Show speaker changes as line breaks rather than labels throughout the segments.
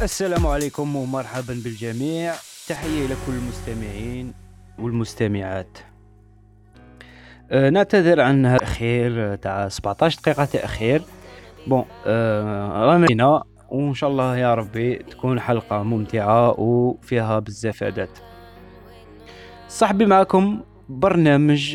السلام عليكم ومرحبا بالجميع. تحية لكل المستمعين والمستمعات. نعتذر عن هذا التأخير تاع 17 دقيقة تأخير. بون رانا هنا وإن شاء الله يا ربي تكون حلقة ممتعة وفيها بزاف فائدات. صاحبي معكم برنامج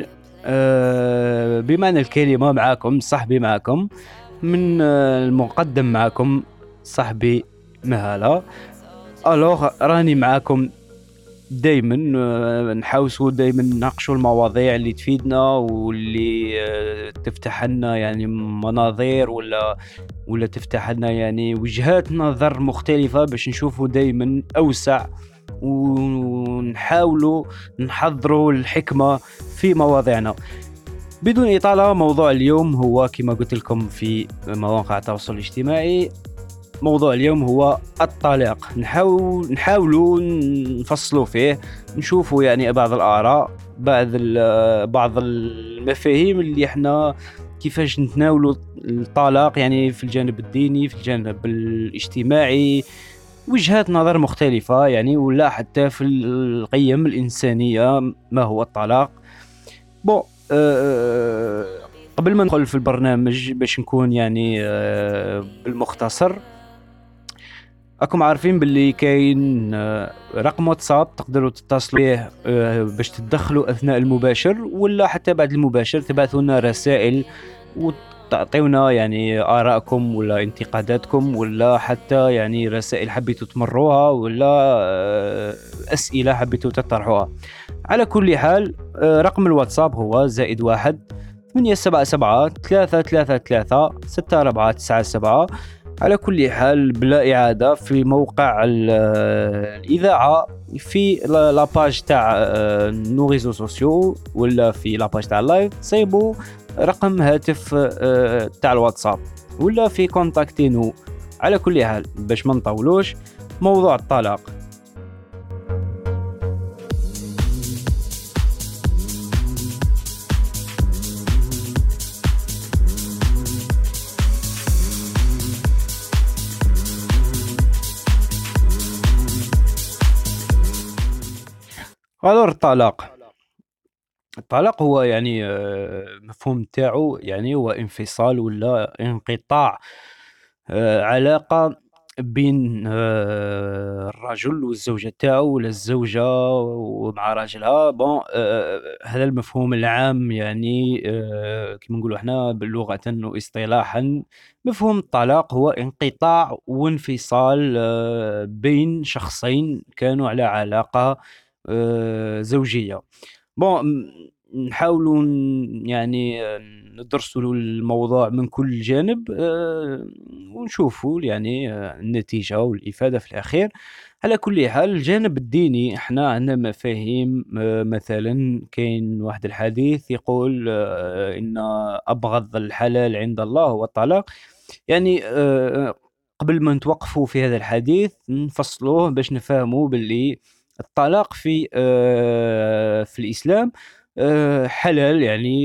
بمعنى الكلمة معكم صاحبي معكم من المقدم معكم صاحبي مهلا. الوغ راني معاكم دايما نحاوسوا دايما نناقشوا المواضيع اللي تفيدنا واللي تفتح لنا يعني مناظير ولا تفتح لنا يعني وجهات نظر مختلفة باش نشوفوا دايما أوسع ونحاولوا نحضروا الحكمة في مواضيعنا. بدون إطالة، موضوع اليوم هو كما قلت لكم في مواقع التواصل الاجتماعي. موضوع اليوم هو الطلاق. نحاولوا نفصلوا فيه، نشوفوا يعني بعض الآراء، بعض المفاهيم اللي احنا كيفاش نتناولوا الطلاق، يعني في الجانب الديني، في الجانب الاجتماعي، وجهات نظر مختلفة يعني، ولا حتى في القيم الإنسانية ما هو الطلاق. بون قبل ما ندخل في البرنامج باش نكون يعني بالمختصر، راكم عارفين باللي كاين رقم واتساب تقدروا تتصلوا به باش تدخلوا اثناء المباشر ولا حتى بعد المباشر تبعثوا لنا رسائل وتعطيونا يعني آراءكم ولا انتقاداتكم ولا حتى يعني رسائل حبيتوا تمروها ولا أسئلة حبيتوا تطرحوها. على كل حال رقم الواتساب هو +1 877 333 6497. على كل حال بلا إعادة، في موقع الإذاعة في لاباج تاع نو ريزو سوسيو ولا في لاباج تاع اللايف صيبوا رقم هاتف تاع الواتساب ولا في كونتاكتينو. على كل حال باش ما نطولوش، موضوع الطلاق. الور الطلاق هو يعني مفهوم تاعو يعني هو انفصال ولا انقطاع علاقة بين الرجل والزوجة تاعو ولا الزوجة ومع راجلها. بون هذا المفهوم العام يعني كما نقولوا احنا باللغة واصطلاحا، مفهوم الطلاق هو انقطاع وانفصال بين شخصين كانوا على علاقة زوجية. بون نحاولوا يعني ندرسوا الموضوع من كل جانب ونشوفوا يعني النتيجة والإفادة في الأخير. على كل حال، الجانب الديني احنا عندنا مفاهيم. مثلا كاين واحد الحديث يقول إن أبغض الحلال عند الله هو الطلاق. يعني قبل ما نتوقفوا في هذا الحديث نفصلوه باش نفهموا باللي الطلاق في الإسلام حلال، يعني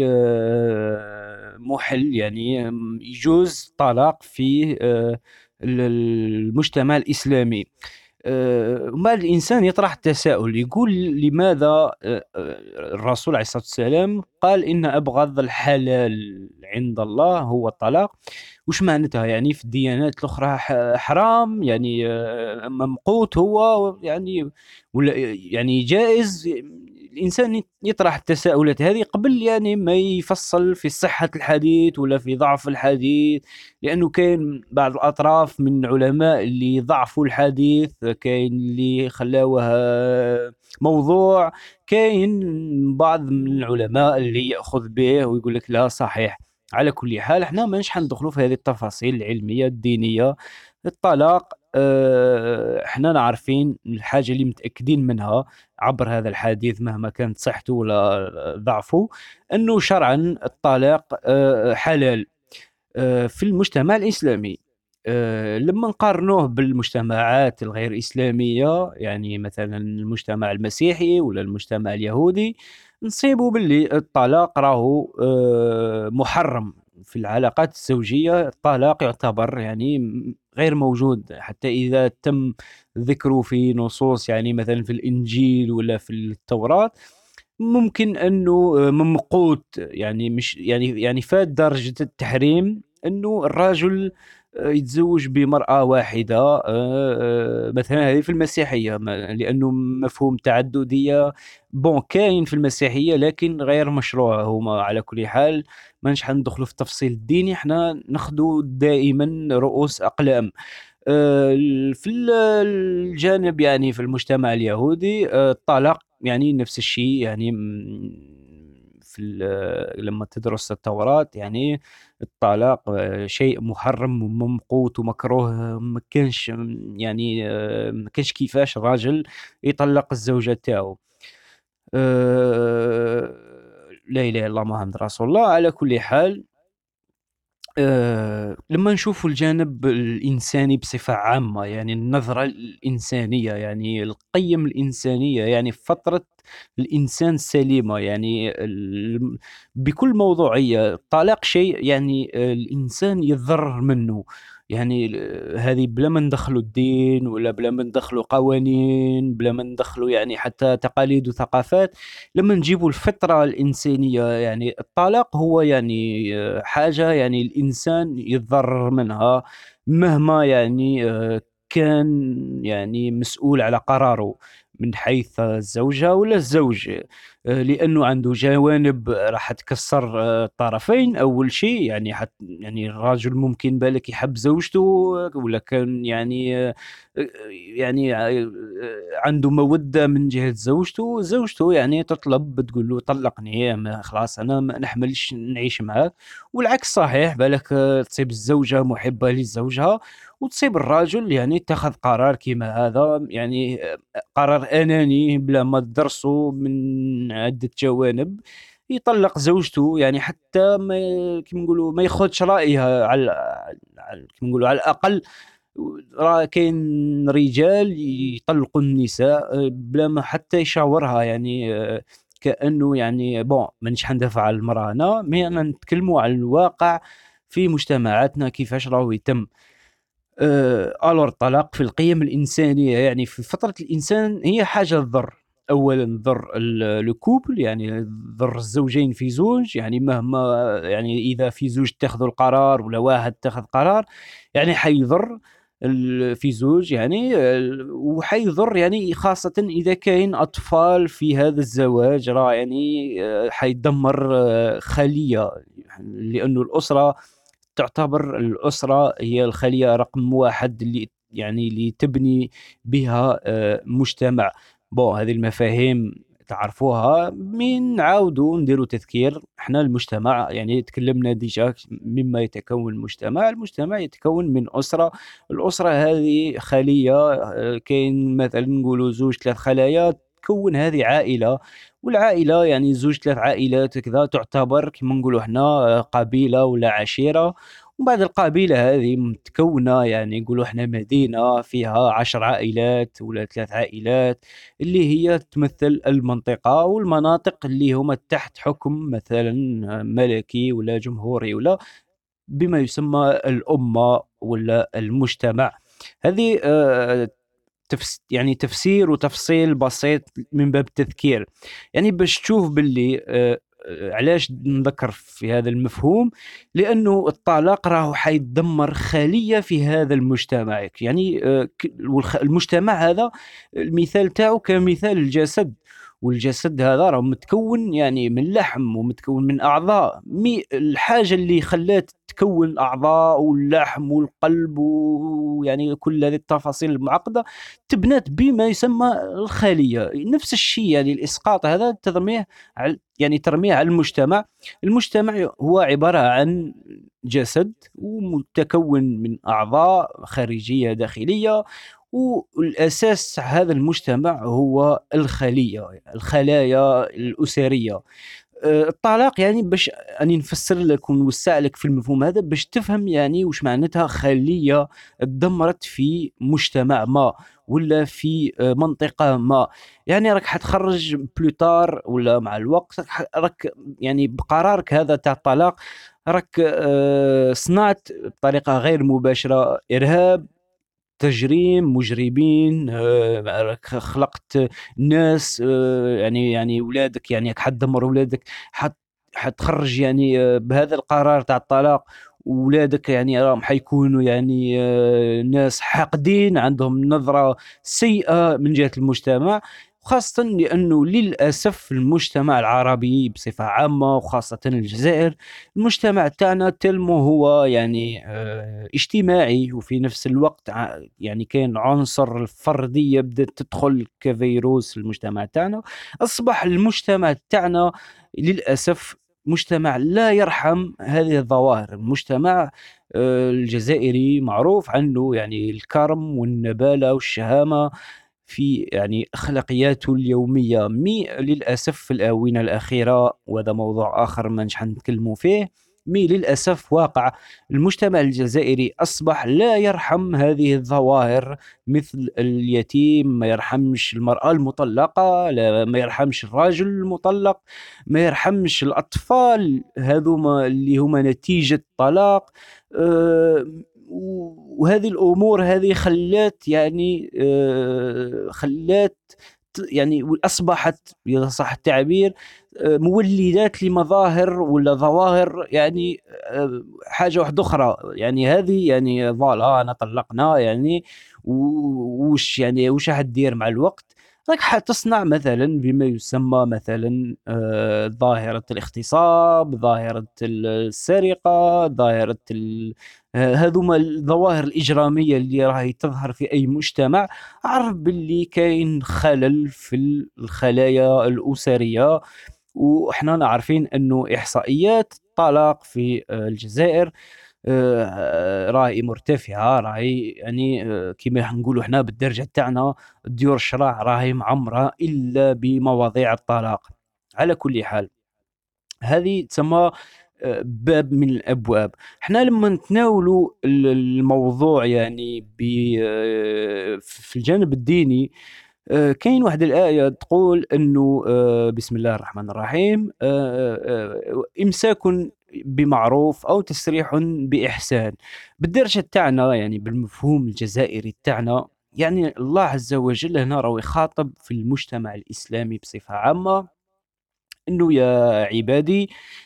محل، يعني يجوز الطلاق في المجتمع الإسلامي. وما الإنسان يطرح التساؤل يقول لماذا الرسول عليه الصلاة والسلام قال إن أبغض الحلال عند الله هو الطلاق؟ وش معناتها؟ يعني في الديانات الأخرى حرام، يعني ممقوت هو، يعني ولا يعني جائز؟ الإنسان يطرح التساؤلات هذه قبل يعني ما يفصل في صحة الحديث ولا في ضعف الحديث، لأنه كاين بعض الأطراف من العلماء اللي ضعفوا الحديث، كاين اللي خلاوه موضوع، كاين بعض من العلماء اللي يأخذ به ويقول لك لا صحيح. على كل حال احنا ما نش حندخلوا في هذه التفاصيل العلمية الدينية. الطلاق احنا عارفين الحاجة اللي متأكدين منها عبر هذا الحديث مهما كانت صحته ولا ضعفه، أنه شرعا الطلاق حلال في المجتمع الإسلامي. لما نقارنوه بالمجتمعات الغير إسلامية، يعني مثلا المجتمع المسيحي ولا المجتمع اليهودي، نصيبوا باللي الطلاق راهو محرم. في العلاقات الزوجية الطلاق يعتبر يعني غير موجود، حتى إذا تم ذكره في نصوص يعني مثلا في الإنجيل ولا في التوراة، ممكن أنه ممقوت، يعني مش يعني فات درجة التحريم أنه الرجل يتزوج بمرأة واحدة. مثلا هذه في المسيحية، لأنه مفهوم تعددية كاين في المسيحية لكن غير مشروع. هما على كل حال ما نش حندخلوا في التفصيل الديني، احنا ناخذوا دائما رؤوس أقلام. في الجانب يعني في المجتمع اليهودي الطلاق يعني نفس الشيء، يعني لما تدرس التوراة يعني الطلاق شيء محرم وممقوت ومكروه. ما كانش يعني ما كانش كيفاش راجل يطلق الزوجة تاعو. لا إله إلا الله محمد رسول الله. على كل حال لما نشوفوا الجانب الإنساني بصفة عامة، يعني النظرة الإنسانية، يعني القيم الإنسانية، يعني فترة الإنسان السليمة، يعني بكل موضوعية الطلاق شيء يعني الإنسان يتضرر منه. يعني هذه بلا ما ندخلوا الدين ولا بلا ما ندخلوا قوانين، بلا ما ندخلوا يعني حتى تقاليد وثقافات. لما نجيبوا الفطرة الإنسانية، يعني الطلاق هو يعني حاجة يعني الإنسان يتضرر منها مهما يعني كان يعني مسؤول على قراره من حيث الزوجة ولا الزوج. لأنه عنده جوانب راح تكسر الطرفين. أول شيء يعني يعني الرجل ممكن بالك يحب زوجته، ولا كان يعني عنده مودة من جهة زوجته يعني تطلب بتقول له طلقني، خلاص أنا ما نحملش نعيش معاك. والعكس صحيح، بالك تصيب الزوجة محبة لزوجها وتصيب الرجل يعني اتخذ قرار كما هذا، يعني قرار أناني بلا ما تدرسه من عدة جوانب، يطلق زوجته. يعني حتى ما كيما نقولوا ما ياخذش رأيها، كيما نقولوا على الأقل. راه كاين رجال يطلقوا النساء بلا ما حتى يشاورها، يعني كأنه يعني مانيش حندافع على المرأة أنا، مي أنا نتكلموا على الواقع في مجتمعاتنا كيفاش راهو يتم. الور الطلاق في القيم الإنسانية، يعني في فطرة الإنسان هي حاجة تضر. أولا تضر لو كوبل، يعني تضر الزوجين في زوج، يعني مهما يعني إذا في زوج اتخذوا القرار ولا واحد اتخذ قرار يعني حيضر في زوج، يعني وحيضر يعني خاصة إذا كاين أطفال في هذا الزواج، راه يعني حيدمر خلية. لأنه الأسرة تعتبر الأسرة هي الخلية رقم واحد اللي يعني اللي تبني بها مجتمع. هذه المفاهيم تعرفوها، من نعاودوا نديروا تذكير. احنا المجتمع يعني تكلمنا ديجا مما يتكون المجتمع يتكون من أسرة. الأسرة هذه خلية، كاين مثلا نقولوا زوج 3 خلايا تكون هذه عائلة. والعائلة يعني زوج 3 عائلات كذا تعتبر كما نقولوا احنا قبيلة ولا عشيرة. وبعد القبيلة هذه متكونة يعني نقولوا احنا مدينة فيها 10 عائلات ولا 3 عائلات، اللي هي تمثل المنطقة والمناطق اللي هما تحت حكم مثلا ملكي ولا جمهوري ولا بما يسمى الأمة ولا المجتمع. هذه يعني تفسير وتفصيل بسيط من باب التذكير، يعني باش تشوف باللي علاش نذكر في هذا المفهوم. لأنه الطلاق راهو حيدمر خلية في هذا المجتمع. يعني المجتمع هذا المثال تاعو كمثال الجسد، والجسد هذا راه متكون يعني من لحم ومتكون من أعضاء. الحاجة اللي خلات تكون الأعضاء واللحم والقلب ويعني كل هذه التفاصيل المعقدة تبنات بما يسمى الخلية. نفس الشيء يعني الإسقاط هذا ترميه على المجتمع. المجتمع هو عبارة عن جسد ومتكون من أعضاء خارجية داخلية، والأساس هذا المجتمع هو الخلايا الأسرية. الطلاق يعني باش راني نفسّر لك ونوسّع لك في المفهوم هذا باش تفهم يعني واش معناتها خلية اتدمّرت في مجتمع ما والّا في منطقة ما. يعني راك حتخرّج plus tard والّا مع الوقت راك يعني بقرارك هذا تاع الطلاق راك صنعت بطريقة غير مباشرة إرهاب، تجريم، مجرمين، راك خلقت ناس، يعني ولادك يعني راك حتدمّر ولادك، حت حتخرّج يعني بهذا القرار تاع الطلاق ولادك يعني راهم حيكونوا يعني ناس حاقدين، عندهم نظرة سيئة من جهة المجتمع، وخاصةً لأنه للأسف المجتمع العربي بصفة عامة وخاصةً الجزائر، المجتمع تاعنا تالمو هو يعني اجتماعي وفي نفس الوقت يعني كاين عنصر الفردية بدات تدخل كفيروس في المجتمع تاعنا. أصبح المجتمع تاعنا للأسف مجتمع لا يرحم هذه الظواهر. المجتمع الجزائري معروف عنه يعني الكرم والنبالة والشهامة في يعني أخلاقياته اليومية، للأسف في الآونة الأخيرة وهذا موضوع آخر ما نش حنتكلموا فيه، للأسف واقع المجتمع الجزائري أصبح لا يرحم هذه الظواهر، مثل اليتيم، ما يرحمش المرأة المطلقة، لا ما يرحمش الرجل المطلق، ما يرحمش الأطفال هذوما اللي هما نتيجة طلاق. آآ وهذه الأمور هذه خلّات يعني خلّات يعني أصبحت إذا صح التعبير مولدات لمظاهر والّا ظواهر يعني حاجة واحدة أخرى. يعني هذه يعني فوالا أنا طلّقنا يعني وش يعني واش راح دير مع الوقت؟ راك حتصنع مثلًا بما يسمى مثلًا ظاهرة الاغتصاب، ظاهرة السرقة، ظاهرة هاذوما الظواهر الإجرامية اللي راهي تظهر في أي مجتمع. أعرف باللي كاين خلل في الخلايا الأسرية، وإحنا عارفين إنه إحصائيات الطلاق في الجزائر راهي مرتفعة، راهي يعني كيما نقولوا إحنا بالدرجة تاعنا الديور الشراع راهي معمرة إلا بمواضيع الطلاق. على كل حال هذه تسمى باب من الأبواب. إحنا لمّا نتناولوا الموضوع يعني في الجانب الديني، كاين واحد الآية تقول إنه بسم الله الرحمن الرحيم إمساك بمعروف أو تسريح بإحسان. بالدرجة تاعنا يعني بالمفهوم الجزائري تاعنا، يعني الله عز وجل هنا راهو يخاطب في المجتمع الإسلامي بصفة عامة، إنه يا عبادي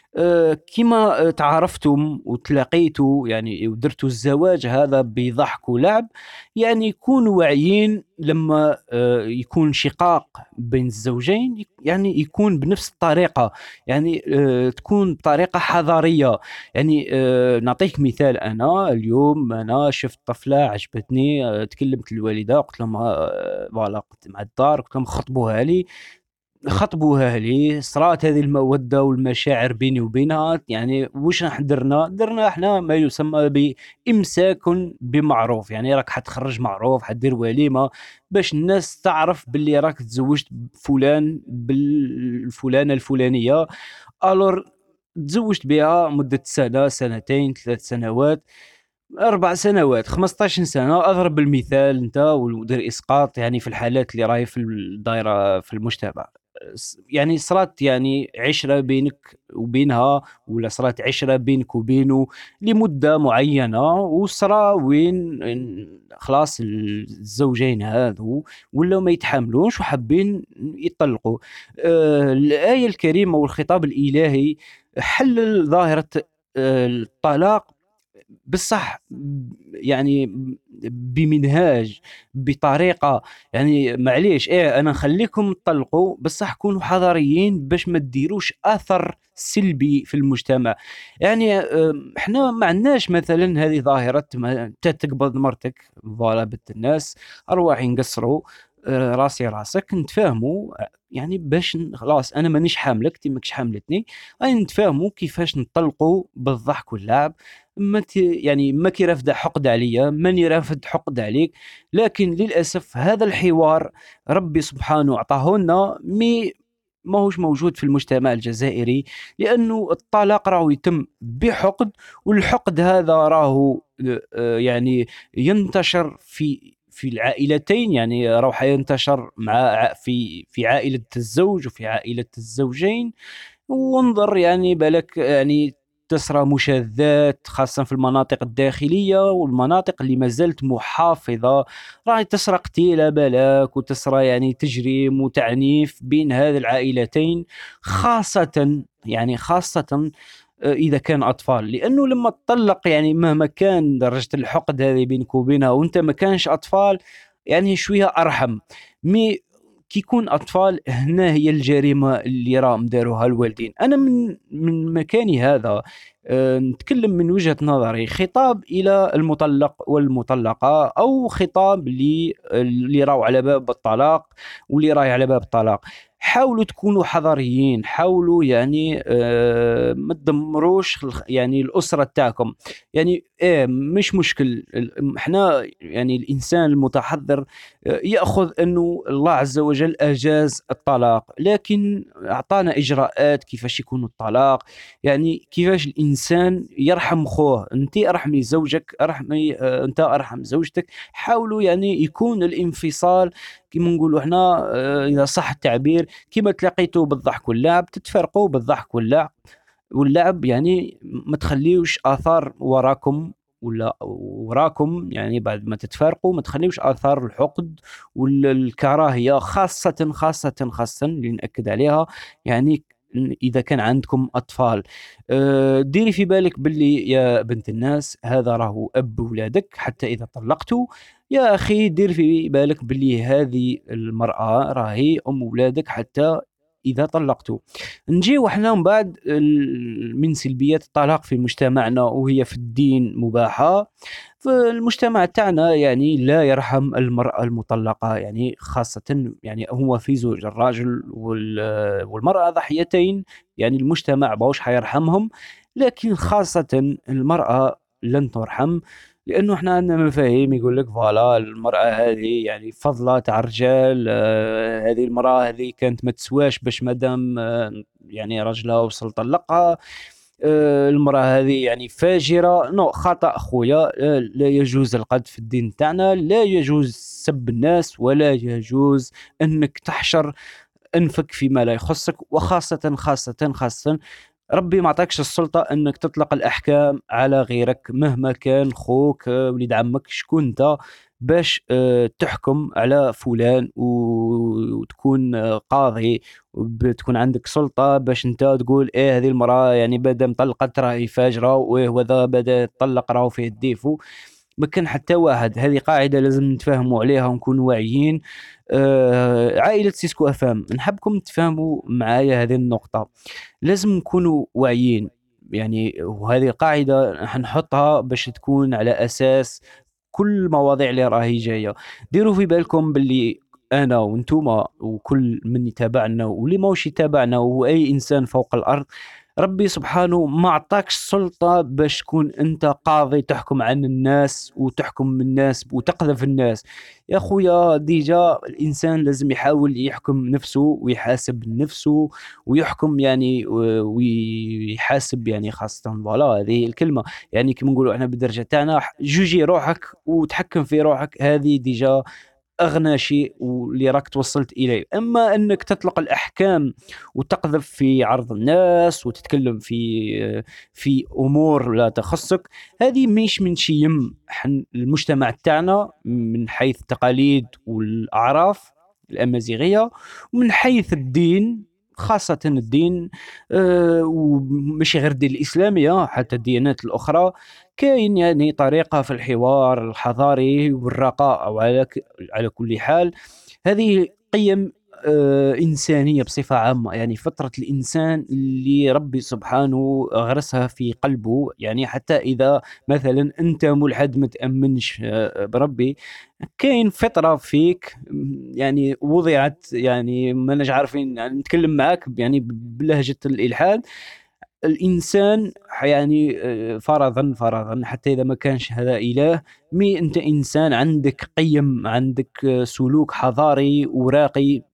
كيما تعارفتم وتلاقيتوا يعني ودرتوا الزواج هذا بضحك ولعب، يعني كونوا واعيين لمّا يكون شقاق بين الزوجين يعني يكون بنفس الطريقة، يعني تكون بطريقة حضارية. يعني نعطيك مثال، أنا اليوم أنا شفت طفلة عجبتني، تكلمت للوالدة قُلت لهم فوالا قُلت مع الدار قُلت لهم خطبوا أهلي، صرات هذه المودة والمشاعر بيني وبينها، يعني واش راح درنا؟ درنا إحنا ما يسمى بإمساك بمعروف، يعني راك حتخرّج معروف، حدير وليمة باش الناس تعرف باللي راك تزوجت بفلان بالفلانة الفلانية، ألور تزوجت بها مدة سنة، سنتين، 3 سنوات، 4 سنوات، 15 سنة. أضرب المثال أنت ودير إسقاط يعني في الحالات اللي راهي دايرة في المجتمع. يعني صرات يعني عِشرة بينك وبينها والّا صرات عِشرة بينك وبينه لمدة معيّنة، وصرا وين خلاص الزوجين هاذو ولاو ما يتحاملوش وحابين يطلّقوا. الآية الكريمة والخطاب الإلهي حلّل ظاهرة الطلاق بالصح، يعني بمنهاج، بطريقة، يعني معليش أنا نخلّيكم تطلقوا بصح كونوا حذريين باش ما ديروش أثر سلبي في المجتمع. يعني إحنا ما عندناش مثلًا هذه ظاهرة أنت تقبض مرتك فوالا بنت الناس، أرواحي نقصروا، راسي راسك، نتفاهموا يعني باش خلاص أنا مانيش حاملك، أنتِ ماكش حاملتني، نتفاهموا كيفاش نطلقوا بالضحك واللعب. يعني ماكي رافدة حقد عليَّ، ماني رافد حقد عليك، لكن للأسف هذا الحوار ربي سبحانه عطاه لنا ماهوش موجود في المجتمع الجزائري، لأنه الطلاق راهو يتم بحقد، والحقد هذا راهو يعني ينتشر في العائلتين، يعني راهو حينتشر في عائلة الزوج وفي عائلة الزوجين. وانظر يعني بالك يعني تسرى مشاذات خاصة في المناطق الداخلية والمناطق اللي ما زالت محافظة، راهي تسرى قتيلة بالك، وتسرى يعني تجريم وتعنيف بين هذه العائلتين، خاصة يعني خاصة إذا كان أطفال، لأنه لما تطلق يعني مهما كان درجة الحقد هذه بينك وبينها وأنت ما كانش أطفال، يعني شوية أرحم. مي كي يكون أطفال، هنا هي الجريمة اللي راهم داروها الوالدين. أنا من مكاني هذا نتكلم من وجهة نظري، خطاب إلى المطلق والمطلقة، أو خطاب اللي راهو على باب الطلاق واللي راهي على باب الطلاق. حاولوا تكونوا حذريين، حاولوا يعني ما تدمروش يعني الأسرة تاعكم. يعني مش مشكل احنا يعني الإنسان المتحضر يأخذ أنه الله عز وجل أجاز الطلاق، لكن أعطانا إجراءات كيفاش يكون الطلاق، يعني كيفاش الإنسان يرحم خوه. أنت أرحمي زوجك، أرحمي أنت أرحم زوجتك. حاولوا يعني يكون الانفصال كما نقولوا احنا إذا صح التعبير، كما تلاقيتوا بالضحك واللعب تتفرقوا بالضحك واللعب، يعني ما تخليوش آثار وراكم، ولا وراكم يعني بعد ما تتفارقوا ما تخليوش آثار الحقد والكراهية، خاصة اللي نأكد عليها، يعني إذا كان عندكم أطفال. ديري في بالك باللي يا بنت الناس، هذا راهو أب ولادك حتى إذا طلقتوا. يا أخي دير في بالك باللي هذه المرأة راهي أم ولادك حتى إذا طلقتوا. نجيو إحنا من بعد من سلبيات الطلاق في مجتمعنا، وهي في الدين مباحة. فالمجتمع تاعنا يعني لا يرحم المرأة المطلقة، يعني خاصة يعني هو في زوج، الراجل والمرأة ضحيتين، يعني المجتمع باوش حيرحمهم، لكن خاصة المرأة لن ترحم. لانه احنا عندنا مفاهيم يقول لك فوالا المراه هذه يعني فضله تاع الرجال، هذه المراه هذه كانت ما تسواش باش مادام يعني راجلها وصل طلقها، المراه هذه يعني فاجره. نو خطا خويا، لا يجوز القذف في الدين تاعنا، لا يجوز سب الناس، ولا يجوز انك تحشر انفك فيما لا يخصك. وخاصه خاصه ربي ما عطاكش السلطة أنك تطلق الأحكام على غيرك، مهما كان خوك وليد عمك شكون أنت باش تحكم على فلان وتكون قاضي، وتكون عندك سلطة باش أنت تقول إيه هذه المرأة يعني بدأ مطلقت راهي فاجرة، وإيه وذا بدأ تطلق راهو فيه الديفو. ما كان حتى واحد. هذه قاعدة لازم نتفاهموا عليها ونكونوا واعيين. عائلة سيسكو أفام نحبكم تفهموا معايا هذه النقطة، لازم نكونوا واعيين يعني. وهذه القاعدة حنحطها باش تكون على أساس كل المواضيع اللي راهي جاية. ديروا في بالكم باللي أنا وانتوما وكل من يتابعنا واللي ماوش يتابعنا وأي إنسان فوق الأرض، ربي سبحانه ما عطاكش سلطة باش تكون أنت قاضي تحكم عن الناس وتحكم الناس وتقذف الناس. يا خويا ديجا الإنسان لازم يحاول يحكم نفسه ويحاسب نفسه ويحكم يعني ويحاسب يعني، خاصة فوالا هذه الكلمة. يعني كما نقولوا احنا بالدرجة تاعنا، جوجي روحك وتحكم في روحك، هذه ديجا أغنى شيء واللي راك توصلت إليه. أما أنك تطلق الأحكام وتقذف في عرض الناس وتتكلم في أمور لا تخصك، هذه مش من شي يم المجتمع تاعنا من حيث التقاليد والأعراف الأمازيغية، ومن حيث الدين، خاصة الدين. ومش غير الدين الإسلامية، حتى الديانات الأخرى كاين يعني طريقة في الحوار الحضاري والرقاء، أو على كل حال هذه قيم إنسانية بصفة عامة، يعني فطرة الإنسان اللي ربي سبحانه غرسها في قلبه. يعني حتى إذا مثلا أنت ملحد ما تأمنش بربي، كاين فطرة فيك يعني وضعت، يعني ما نجي عارفين يعني نتكلم معاك يعني بلهجة الإلحاد. الإنسان يعني فرضا حتى إذا ما كانش هذا إله، مي أنت إنسان عندك قيم، عندك سلوك حضاري وراقي،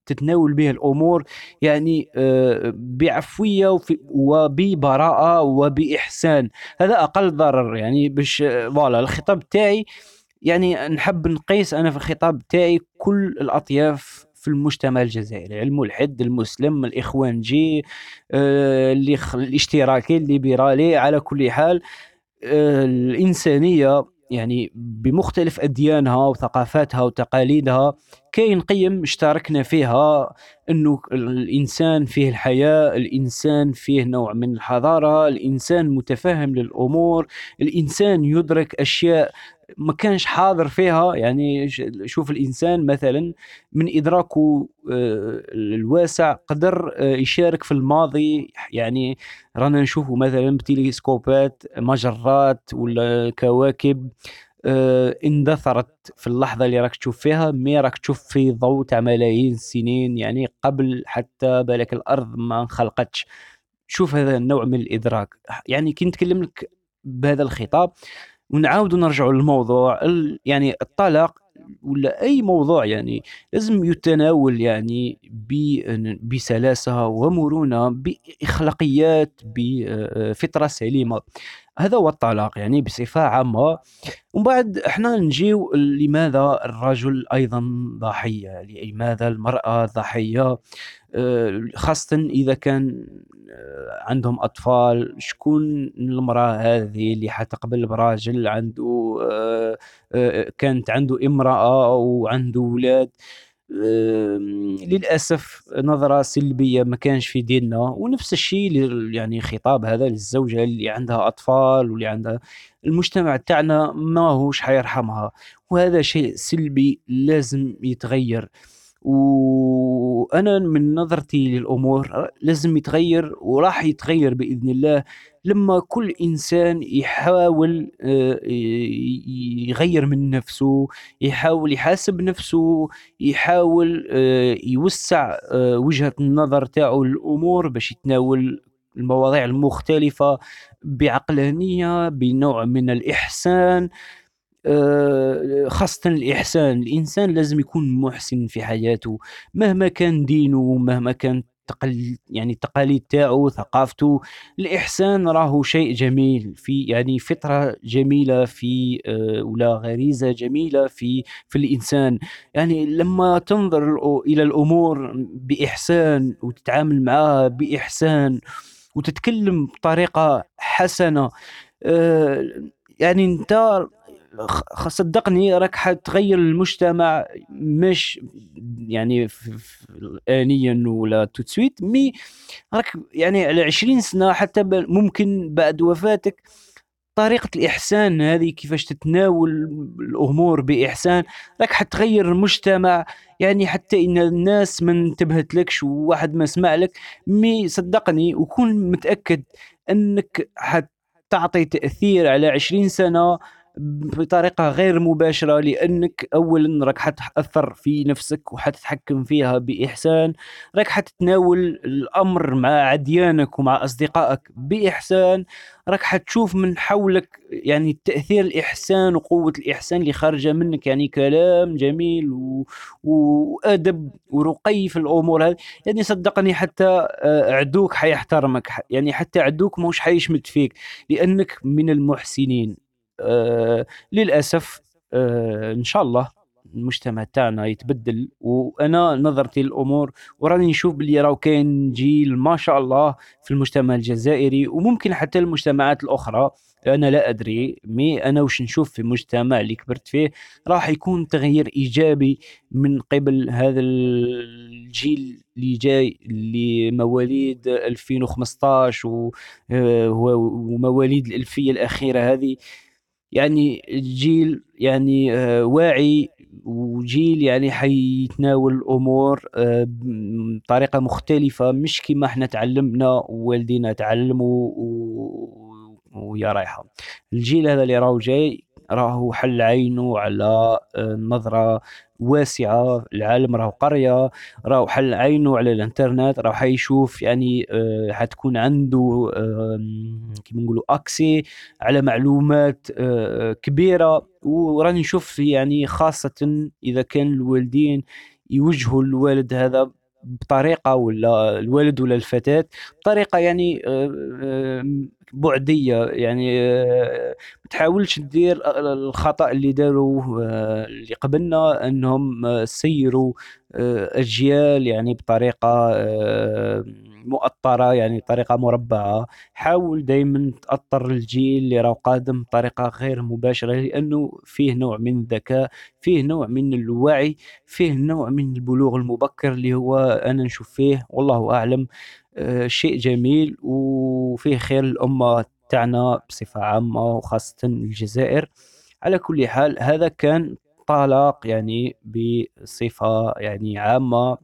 تتناول به الأمور يعني بعفوية وببراءة وبإحسان. هذا أقل ضرر يعني باش فوالا الخطاب تاعي يعني نحب نقيس أنا في الخطاب تاعي كل الأطياف في المجتمع الجزائري، الملحد، المسلم، الإخوانجي، الاشتراكي، الليبرالي، على كل حال الإنسانية يعني بمختلف أديانها وثقافاتها وتقاليدها. كاين قيم اشتركنا فيها، أنه الإنسان فيه الحياة، الإنسان فيه نوع من الحضارة، الإنسان متفهم للأمور، الإنسان يدرك أشياء ما كانش حاضر فيها. يعني شوف الإنسان مثلا من إدراكه الواسع قدر يشارك في الماضي. يعني رانا نشوفوا مثلا بتلسكوبات مجرات ولا كواكب اندثرت في اللحظة اللي راك تشوف فيها، مي راك تشوف في ضوء تاع ملايين السنين، يعني قبل حتى بالك الأرض ما انخلقتش. شوف هذا النوع من الإدراك. يعني كي نتكلم لك بهذا الخطاب ونعاود نرجع للموضوع يعني الطلاق ولا أي موضوع يعني لازم يتناول يعني بسلاسة ومرونة، بإخلاقيات، بفطرة سليمة. هذا هو الطلاق يعني بصفة عامة. ومن بعد احنا نجيو لماذا الرجل أيضا ضحية، لماذا المرأة ضحية، خاصة إذا كان عندهم أطفال. شكون المرأة هذه اللي حتقبل براجل عنده كانت عنده امرأة وعنده أولاد؟ للأسف نظرة سلبية ما كانش في ديننا. ونفس الشيء يعني خطاب هذا للزوجة اللي عندها أطفال واللي عندها، المجتمع تاعنا ما هوش حيرحمها، وهذا شيء سلبي لازم يتغير. وأنا من نظرتي للأمور لازم يتغير، وراح يتغير بإذن الله لما كل إنسان يحاول يغير من نفسه، يحاول يحاسب نفسه، يحاول يوسع وجهة النظر تاعو للأمور باش يتناول المواضيع المختلفة بعقلانية، بنوع من الإحسان. خاصة الإحسان، الإنسان لازم يكون محسن في حياته مهما كان دينه، مهما كان يعني التقاليد تاعو، ثقافته. الإحسان راهو شيء جميل، في يعني فطرة جميلة في ولا غريزة جميلة في الإنسان. يعني لما تنظر إلى الأمور بإحسان وتتعامل معها بإحسان وتتكلم بطريقة حسنة، آه، يعني انت صدقني راك حتغير المجتمع، مش يعني آنيا ولا توتسويت، مي راك يعني على 20 سنة حتى ممكن بعد وفاتك طريقة الإحسان هذه، كيفاش تتناول الأمور بإحسان، راك حتغير المجتمع. يعني حتى إن الناس ما انتبهت لكش وواحد ما سمع لك، مي صدقني وكون متأكد أنك حتعطي تأثير على 20 سنة بطريقة غير مباشرة، لأنك أولا راك حتأثر في نفسك وحتتحكم فيها بإحسان، راك حتتناول الأمر مع عديانك ومع أصدقائك بإحسان، راك حتشوف من حولك يعني تأثير الإحسان وقوة الإحسان اللي خارجة منك، يعني كلام جميل وأدب ورقي في الأمور هذه. يعني صدقني حتى عدوك حيحترمك، يعني حتى عدوك موش حيشمت فيك لأنك من المحسنين. للأسف إن شاء الله المجتمع تاعنا يتبدل، وأنا نظرتي للأمور وراني نشوف باللي راهو كاين جيل ما شاء الله في المجتمع الجزائري، وممكن حتى المجتمعات الأخرى، أنا لا أدري. مي أنا وش نشوف في المجتمع اللي كبرت فيه راح يكون تغيير إيجابي من قبل هذا الجيل اللي جاي، اللي مواليد 2015 ومواليد الألفية الأخيرة هذه. يعني جيل يعني واعي، وجيل يعني حيتناول الأمور بطريقة مختلفة، مش كما احنا تعلمنا ووالدينا تعلموا ويا رايحة. الجيل هذا اللي راهو جاي راهو حل عينه على نظرة واسعة. العالم راهو قرية، راهو حل عينه على الانترنت، راهو حيشوف يعني حتكون عنده كيما نقولوا اكسي على معلومات كبيرة. وراني نشوف يعني خاصة إذا كان الوالدين يوجهوا الوالد هذا بطريقة، ولا الوالد ولا الفتاة بطريقة يعني بعدية، يعني ما تحاولش دير الخطأ اللي داروه اللي قبلنا، أنهم سيّروا أجيال يعني بطريقة مؤطّرة، يعني بطريقة مربّعة. حاول دايمًا تأطّر الجيل اللي راه قادم بطريقة غير مباشرة، لأنه فيه نوع من الذكاء، فيه نوع من الوعي، فيه نوع من البلوغ المبكر، اللي هو أنا نشوف فيه والله أعلم شيء جميل، وفيه خير للأمة تاعنا بصفة عامة، وخاصةً الجزائر. على كل حال، هذا كان طلاق يعني بصفة يعني عامة.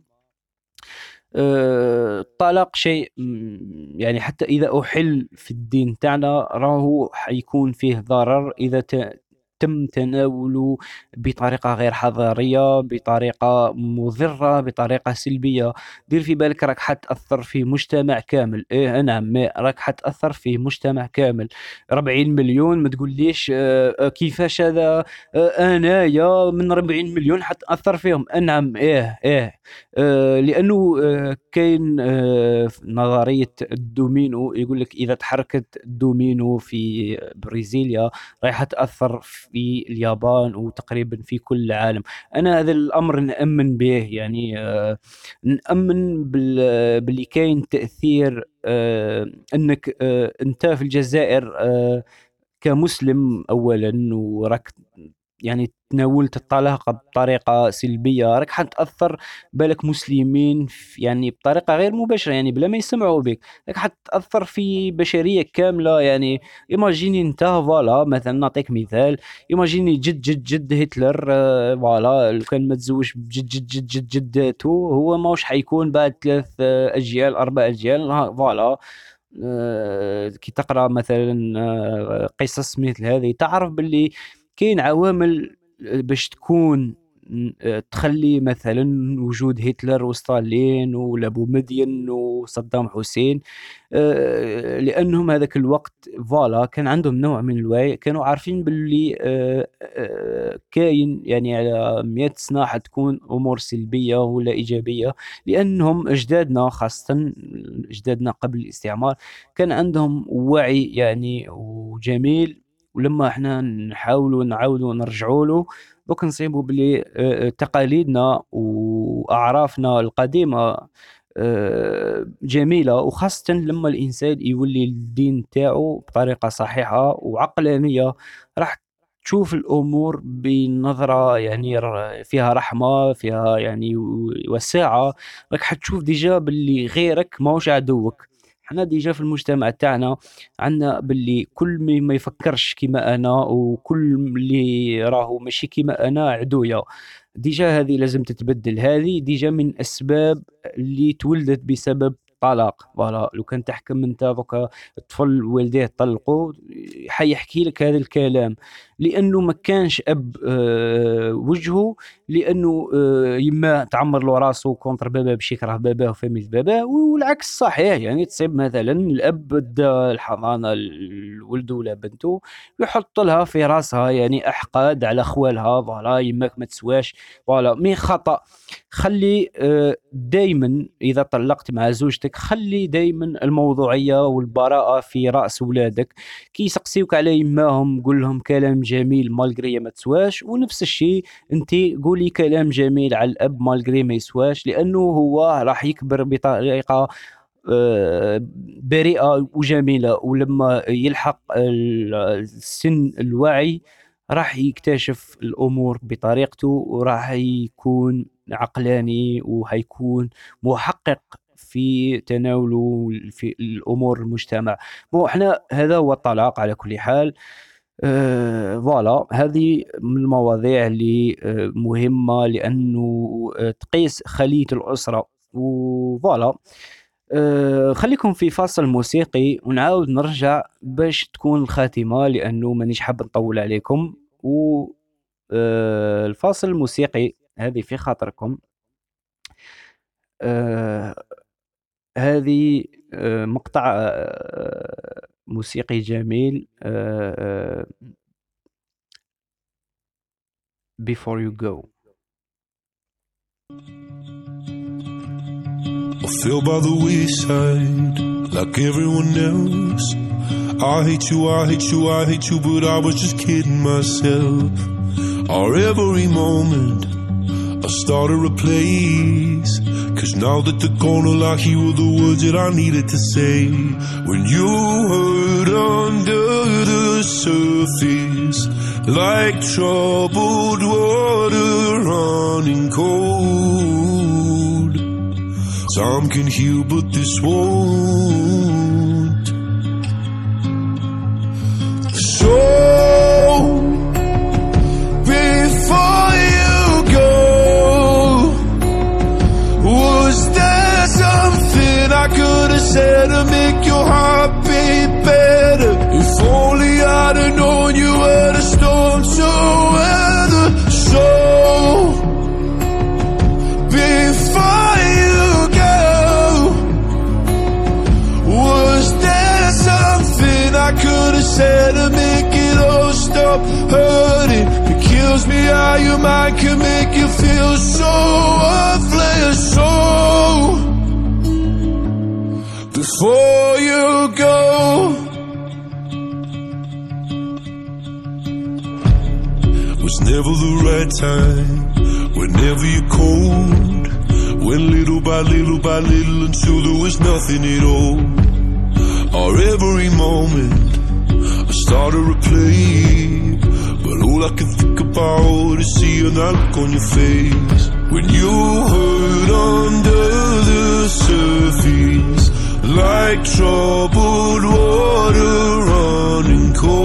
الطلاق شيء يعني حتى إذا أُحِل في الدين تاعنا راهو حيكون فيه ضرر إذا تم تناوله بطريقة غير حضارية، بطريقة مُضرة، بطريقة سلبية. دير في بالك راك حتأثّر في مجتمع كامل، إيه نعم، راك حتأثّر في مجتمع كامل. 40.000.000 ما تقوليش كيفاش هذا، أنايا من 40.000.000 حتأثّر فيهم. نعم، إيه. لأنه كاين ف نظرية الدومينو، يقول لك إذا تحركت الدومينو في بريزيليا رايحة تأثّر في اليابان وتقريبًا في كل العالم. أنا هذا الأمر نأمّن به، يعني نأمّن باللي كاين تأثير، أنك أنت في الجزائر كمسلم أولًا، وراك يعني تناولت الطلاق بطريقة سلبية، راك حتأثّر بالك مسلمين يعني بطريقة غير مباشرة، يعني بلا ما يسمعوا بك، راك حتأثّر في بشرية كاملة. يعني imagine أنت فوالا مثلًا نعطيك مثال، imagine جد هتلر، فوالا لو كان متزوج بجد جداته، هو ماهوش حيكون بعد 3 أجيال 4 أجيال، فوالا. كي تقرا مثلًا قصص مثل هذه تعرف باللي كاين عوامل باش تكون تخلّي مثلًا وجود هتلر وستالين ولا بومدين وصدام حسين، لأنهم هذاك الوقت فوالا كان عندهم نوع من الوعي، كانوا عارفين باللي كاين يعني على 100 سنة حتكون أمور سلبية ولا إيجابية، لأنهم أجدادنا خاصةً أجدادنا قبل الاستعمار كان عندهم وعي يعني وجميل. ولمّا إحنا نحاولوا نعاودوا نرجعوا له، دوك نصيبوا بلي تقاليدنا وأعرافنا القديمة جميلة، وخاصةً لمّا الإنسان يولي الدين تاعو بطريقة صحيحة وعقلانية، راح تشوف الأمور بنظرة يعني فيها رحمة، فيها يعني وساعة. راك حتشوف ديجا باللي غيرك ماهوش عدوّك. حنا ديجا في المجتمع تاعنا عندنا باللي كل مي ما يفكّرش كيما أنا، وكل اللي راهو ماشي كيما أنا عدويا. ديجا هذه لازم تتبدل، هذه ديجا من أسباب اللي تولدت بسبب طلاق. فوالا لو كان تحكم أنت دوكا الطفل والديه طلقوا، حيحكي لك هذا الكلام، لأنه ما كانش أب وجهه، لأنه يماه تعمّر له راسه كونتر باباه باش يكره باباه وفاميلة باباه، والعكس صحيح. يعني تصيب مثلًا الأب دا الحضانة لولده ولا بنته، ويحط لها في راسها يعني أحقاد على خوالها، فوالا يماك ما تسواش، فوالا مي خطأ. خلّي دايمًا إذا طلّقت مع زوجتك خلّي دايمًا الموضوعية والبراءة في رأس ولادك. كي يسقسيوك على يماهم قُل لهم كلام جميل malgré ما تسواش، ونفس الشيء أنتِ قولي كلام جميل على الأب malgré ما يسواش، لأنه هو راح يكبر بطريقة بريئة وجميلة، ولمّا يلحق السن الوعي راح يكتشف الأمور بطريقته، وراح يكون عقلاني، وحيكون محقق في تناوله في الأمور المجتمع. إحنا هذا هو الطلاق على كل حال. فوالا هذه من المواضيع اللي مهمة، لأنه تقيس خلية الأسرة، وفوالا. خليكم في فاصل موسيقي ونعاود نرجع باش تكون الخاتمة، لأنه مانيش حاب نطول عليكم. و الفاصل الموسيقي هذه في خاطركم. آآ هذه مقطع موسيقي جميل، Before You Go.
fell by the wayside like everyone else. I hate you, I hate you, I hate you, but I was just kidding myself. Our every moment I started a place, 'cause now that they're gone, all I hear were the words that I needed to say. When you hurt under the surface, like troubled water running cold. Time can heal, but this won't. So before you go, was there something I could have said to make your heart beat better? If only I'd have known you were the storm to weather. So before you go, was there something I could have said to make it all stop hurting? It kills me how your mind can make you feel so worthless. So before you go, was never the right time, whenever you're cold. Went little by little by little until there was nothing at all. Our every moment I started to play, but all I can think about is seeing that look on your face. When you hurt under the surface, like troubled water running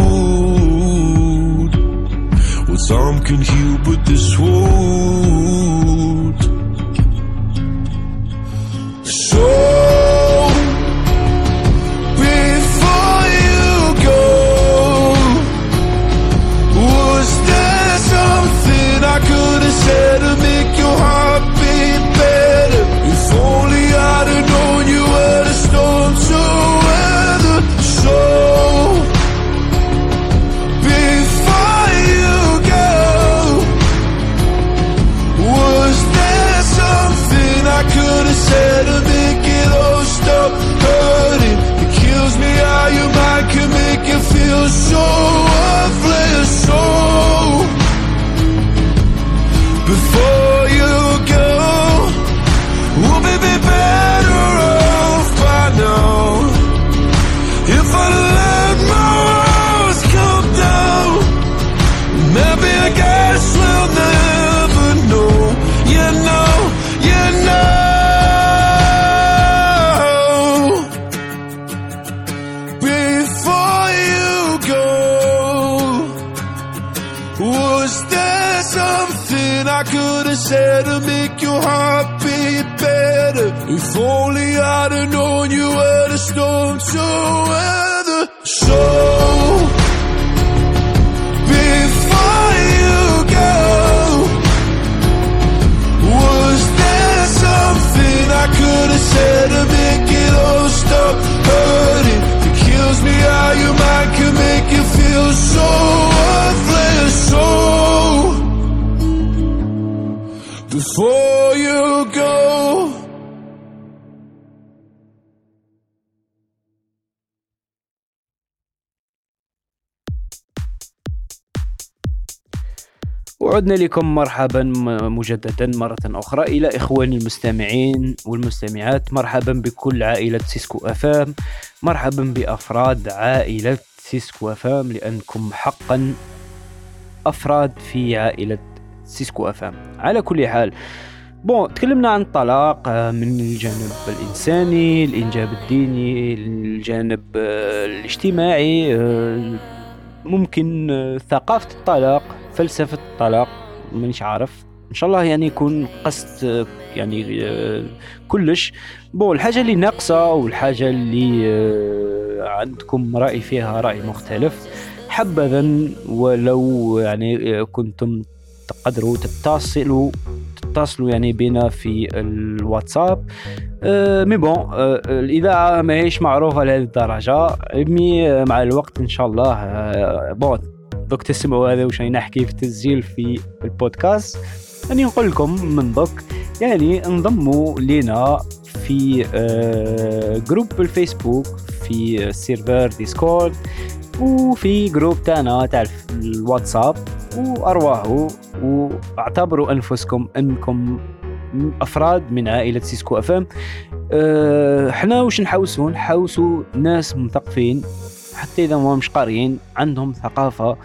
cold. Well, time can heal, but this won't. So before you go, was there something I could have said to make your heart beat better? If only I'd have known you were the storm to weather. So before you go, was there something I could have said to make it all stop hurting? It kills me how your mind can make you feel so worthless. So before you go, we'll be better off by now. If I let my walls come down, maybe I guess we'll never know. You know, you know. Before you go, was there something I could have said to make your heart beat better? If only I'd have known you were the storm to weather. So before you go, was there something I could have said to make it all stop hurting? It kills me how your mind can make you feel so worthless. So before you go.
وعدنا لكم مرحبا مجددا مرة أخرى إلى إخواني المستمعين والمستمعات. مرحبا بكل عائلة سيسكو أفام، مرحبا بأفراد عائلة سيسكو أفام، لأنكم حقا أفراد في عائلة سيسكو أفام. على كل حال، تكلمنا عن الطلاق من الجانب الإنساني، الإنجاب الديني، الجانب الاجتماعي، ممكن ثقافة الطلاق، فلسفة الطلاق، مانيش عارف. إن شاء الله يعني يكون قصد يعني كلش. الحاجة اللي ناقصة والحاجة اللي عندكم رأي فيها رأي مختلف، حبذا ولو يعني كنتم تقدروا تتصلوا يعني بنا في الواتساب. الإذاعة ما هيش معروفة لهذه الدرجة، مع الوقت إن شاء الله. دوك تسمعوا هذا وش نحكي في التسجيل في البودكاست، يعني نقول لكم من دوك يعني انضموا لنا في جروب الفيسبوك، في سيرفر ديسكورد، وفي جروب تاعنا تاع الواتساب. وأرواحوا واعتبروا أنفسكم أنكم أفراد من عائلة سيسكو أفهم. احنا وش نحوسوا ناس مثقفين، حتى إذا ما مش قارئين، عندهم ثقافة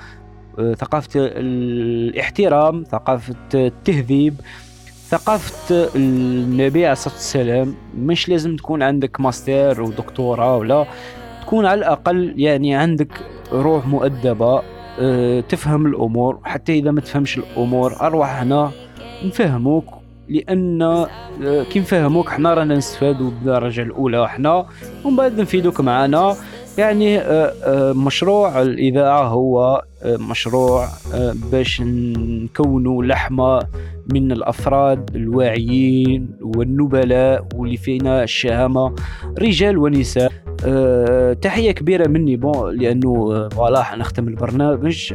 الاحترام، ثقافة التهذيب، ثقافة النبي عليه الصلاة والسلام. مش لازم تكون عندك ماستر ودكتوراه، ولا تكون على الأقل يعني عندك روح مؤدبة، تفهم الأمور. حتى إذا ما تفهمش الأمور، أروح هنا نفهموك، لأن كي نفهموك حنا رانا نستفادوا بالدرجة الأولى حنا، ومن بعد نفيدوك معنا. يعني مشروع الإذاعة هو مشروع باش نكونوا لحمة من الأفراد الواعيين والنبلاء واللي فينا الشهامة، رجال ونساء. تحية كبيرة مني لأنه فوالا نختم البرنامج.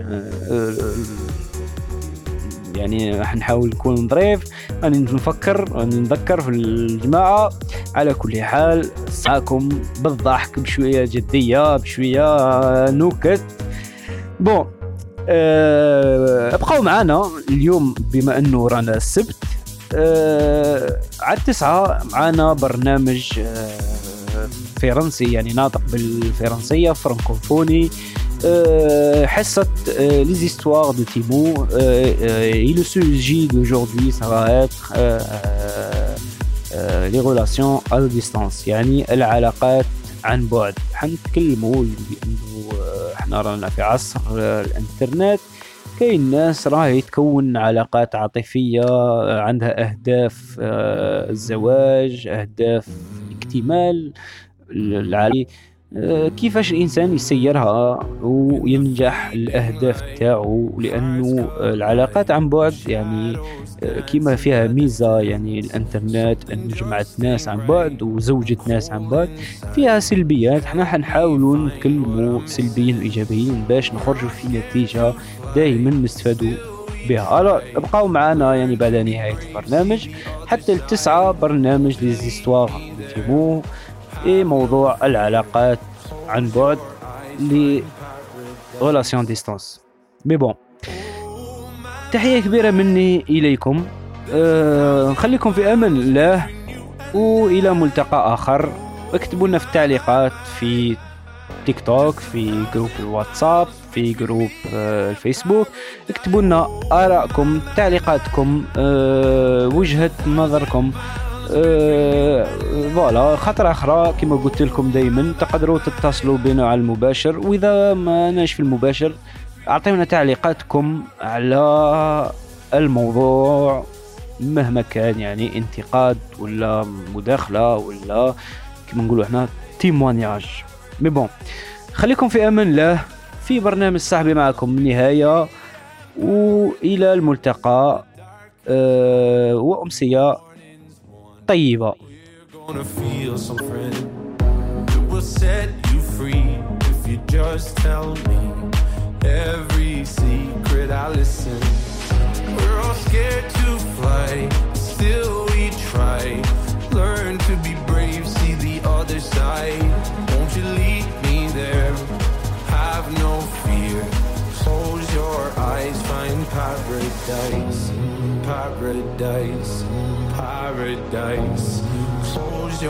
يعني راح نحاول نكون ظريف، نذكر في الجماعة. على كل حال ساكم بالضحك، بشوية جدية، بشوية نكت. ابقوا معنا اليوم بما انه رانا السبت. على 9 معنا برنامج فرنسي، يعني ناطق بالفرنسية، فرانكوفوني. حصة les histoires de Timo. Et le sujet d'aujourd'hui ça va être les relations à distance، يعني العلاقات عن بعد. حنتكلموا بأنه احنا رانا في عصر الانترنت، كاين ناس راهي تكون علاقات عاطفية عندها أهداف الزواج، أهداف اكتمال العالي. كيفاش الإنسان يسيرها وينجح الأهداف تاعه، لأنه العلاقات عن بعد يعني كيما فيها ميزة، يعني الانترنت أن جمعت ناس عن بعد وزوجت ناس عن بعد، فيها سلبيات. احنا حنحاولوا نتكلموا سلبيين وإيجابيين باش نخرجوا في نتيجة دائما نستفادوا بها. ابقوا معنا يعني بعد نهاية البرنامج حتى 9 برنامج ليزيستوار فيمو، موضوع العلاقات عن بعد، لي ريلاسيون ديستانس. مي بون، تحية كبيرة مني إليكم. نخليكم في أمان الله، وإلى ملتقى آخر. اكتبوا لنا في التعليقات في تيك توك، في جروب الواتساب، في جروب الفيسبوك. اكتبوا لنا آراءكم، تعليقاتكم، وجهة نظركم. فوالا خطرة أخرى كما قلت لكم دايما تقدروا تتصلوا بنا على المباشر، وإذا ما ناش في المباشر أعطيونا تعليقاتكم على الموضوع مهما كان، يعني انتقاد ولا مداخلة ولا كما نقولوا احنا تيموانياج. مي بون، خليكم في أمان الله في برنامج صاحبي معكم من النهاية، وإلى الملتقى. وأمسية طيبة.
Every secret I listen. We're all scared to fly, still we try. Learn to be brave, see the other side. Won't you lead me there? Have no fear. Close your eyes, find paradise, paradise, paradise. Close your